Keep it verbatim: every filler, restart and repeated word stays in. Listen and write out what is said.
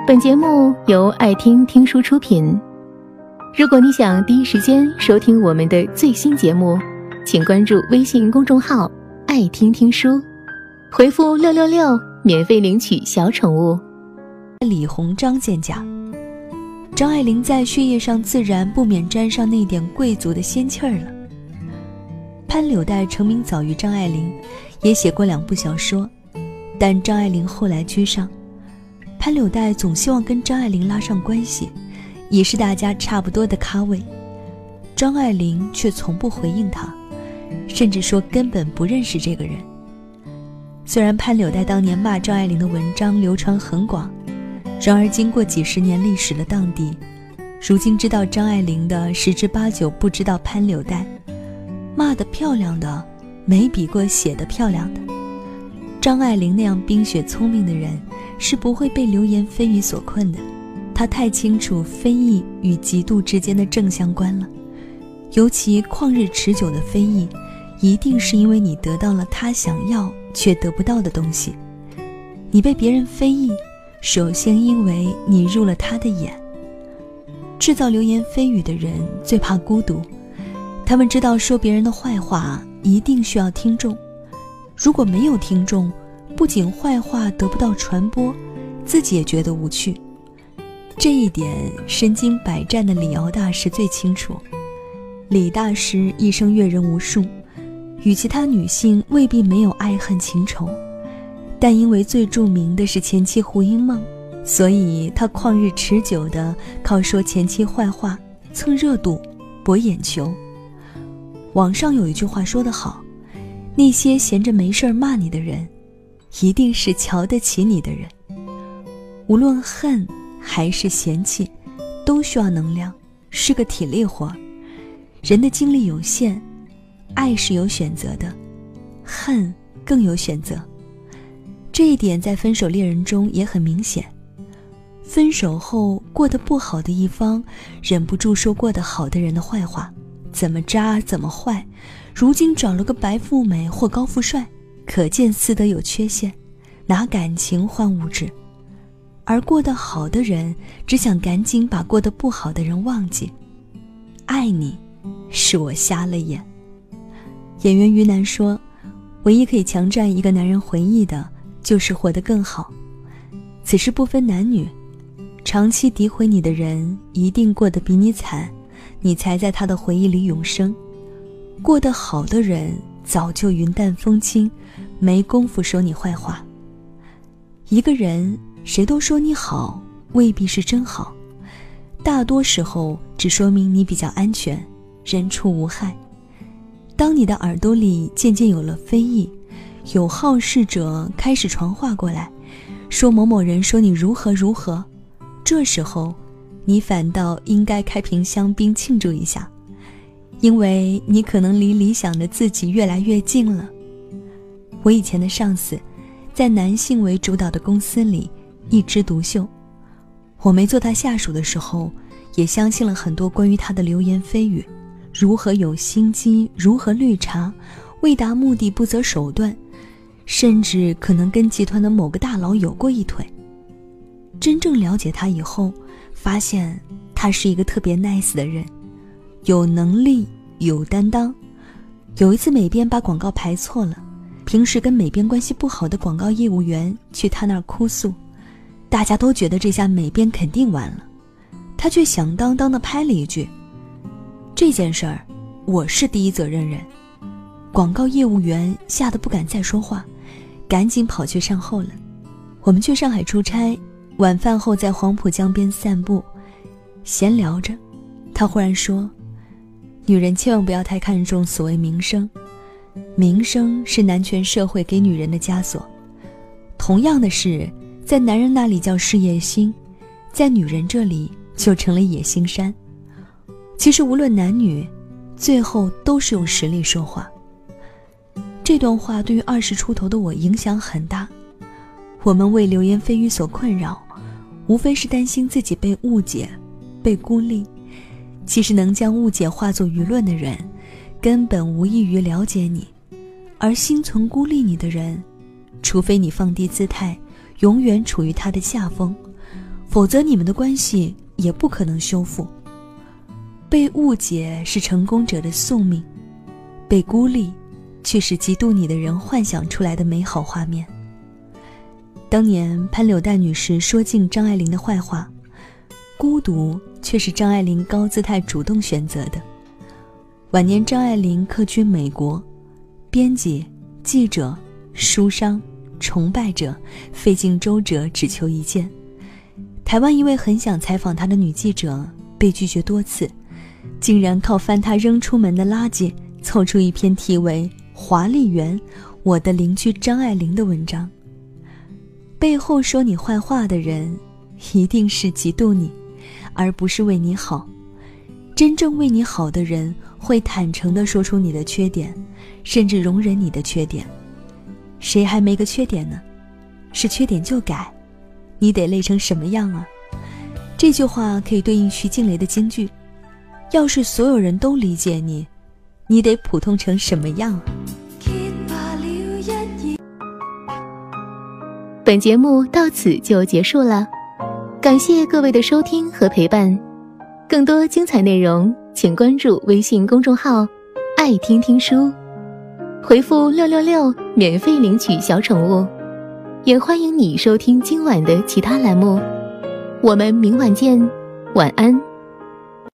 本节目由爱听听书出品。如果你想第一时间收听我们的最新节目，请关注微信公众号爱听听书，回复六六六免费领取小宠物。 李鸿章见驾，张爱玲在血液上自然不免沾上那点贵族的仙气儿了。潘柳带成名早于张爱玲，也写过两部小说，但张爱玲后来居上。潘柳带总希望跟张爱玲拉上关系，也是大家差不多的咖位，张爱玲却从不回应他，甚至说根本不认识这个人。虽然潘柳带当年骂张爱玲的文章流传很广，然而经过几十年历史的荡涤，如今知道张爱玲的十之八九不知道潘柳带，骂得漂亮的没比过写得漂亮的。张爱玲那样冰雪聪明的人是不会被流言蜚语所困的，她太清楚非议与嫉妒之间的正相关了，尤其旷日持久的非议，一定是因为你得到了他想要却得不到的东西。你被别人非议，首先因为你入了他的眼。制造流言蜚语的人最怕孤独，他们知道说别人的坏话一定需要听众，如果没有听众，不仅坏话得不到传播，自己也觉得无趣。这一点身经百战的李敖大师最清楚。李大师一生阅人无数，与其他女性未必没有爱恨情仇，但因为最著名的是前妻胡因梦，所以他旷日持久地靠说前妻坏话蹭热度博眼球。网上有一句话说得好，那些闲着没事骂你的人，一定是瞧得起你的人。无论恨还是嫌弃，都需要能量，是个体力活。人的精力有限，爱是有选择的，恨更有选择。这一点在分手恋人中也很明显。分手后过得不好的一方忍不住说过得好的人的坏话，怎么渣怎么坏，如今找了个白富美或高富帅，可见私德有缺陷，拿感情换物质。而过得好的人只想赶紧把过得不好的人忘记。爱你是我瞎了眼。演员于南说，唯一可以强占一个男人回忆的就是活得更好。此事不分男女，长期诋毁你的人一定过得比你惨，你才在他的回忆里永生。过得好的人早就云淡风轻，没工夫说你坏话。一个人谁都说你好，未必是真好，大多时候只说明你比较安全，人畜无害。当你的耳朵里渐渐有了非议，有好事者开始传话过来，说某某人说你如何如何，这时候你反倒应该开瓶香槟庆祝一下，因为你可能离理想的自己越来越近了。我以前的上司在男性为主导的公司里一枝独秀，我没做他下属的时候，也相信了很多关于他的流言蜚语，如何有心机，如何绿茶，为达目的不择手段，甚至可能跟集团的某个大佬有过一腿。真正了解他以后，发现他是一个特别 nice 的人，有能力有担当。有一次美编把广告排错了，平时跟美编关系不好的广告业务员去他那儿哭诉，大家都觉得这下美编肯定完了，他却响当当地拍了一句，这件事儿我是第一责任人。广告业务员吓得不敢再说话，赶紧跑去善后了。我们去上海出差，晚饭后在黄浦江边散步，闲聊着，他忽然说，女人千万不要太看重所谓名声，名声是男权社会给女人的枷锁。同样的事，在男人那里叫事业心，在女人这里就成了野心山。其实无论男女，最后都是用实力说话。这段话对于二十出头的我影响很大。我们为流言蜚语所困扰，无非是担心自己被误解，被孤立。其实能将误解化作舆论的人，根本无异于了解你，而心存孤立你的人，除非你放低姿态，永远处于他的下风， 否则你们的关系也不可能修复。被误解是成功者的宿命，被孤立却是嫉妒你的人幻想出来的美好画面。当年潘柳黛女士说尽张爱玲的坏话，孤独却是张爱玲高姿态主动选择的。晚年张爱玲客居美国，编辑、记者、书商、崇拜者费尽周折只求一见。台湾一位很想采访她的女记者被拒绝多次，竟然靠翻她扔出门的垃圾凑出一篇题为《华丽园：我的邻居张爱玲》的文章。背后说你坏话的人一定是嫉妒你，而不是为你好。真正为你好的人会坦诚地说出你的缺点，甚至容忍你的缺点。谁还没个缺点呢？是缺点就改，你得累成什么样啊？这句话可以对应徐静蕾的金句：要是所有人都理解你，你得普通成什么样啊？ 本节目到此就结束了，感谢各位的收听和陪伴。更多精彩内容请关注微信公众号爱听听书，回复六六六免费领取小宠物。也欢迎你收听今晚的其他栏目，我们明晚见，晚安。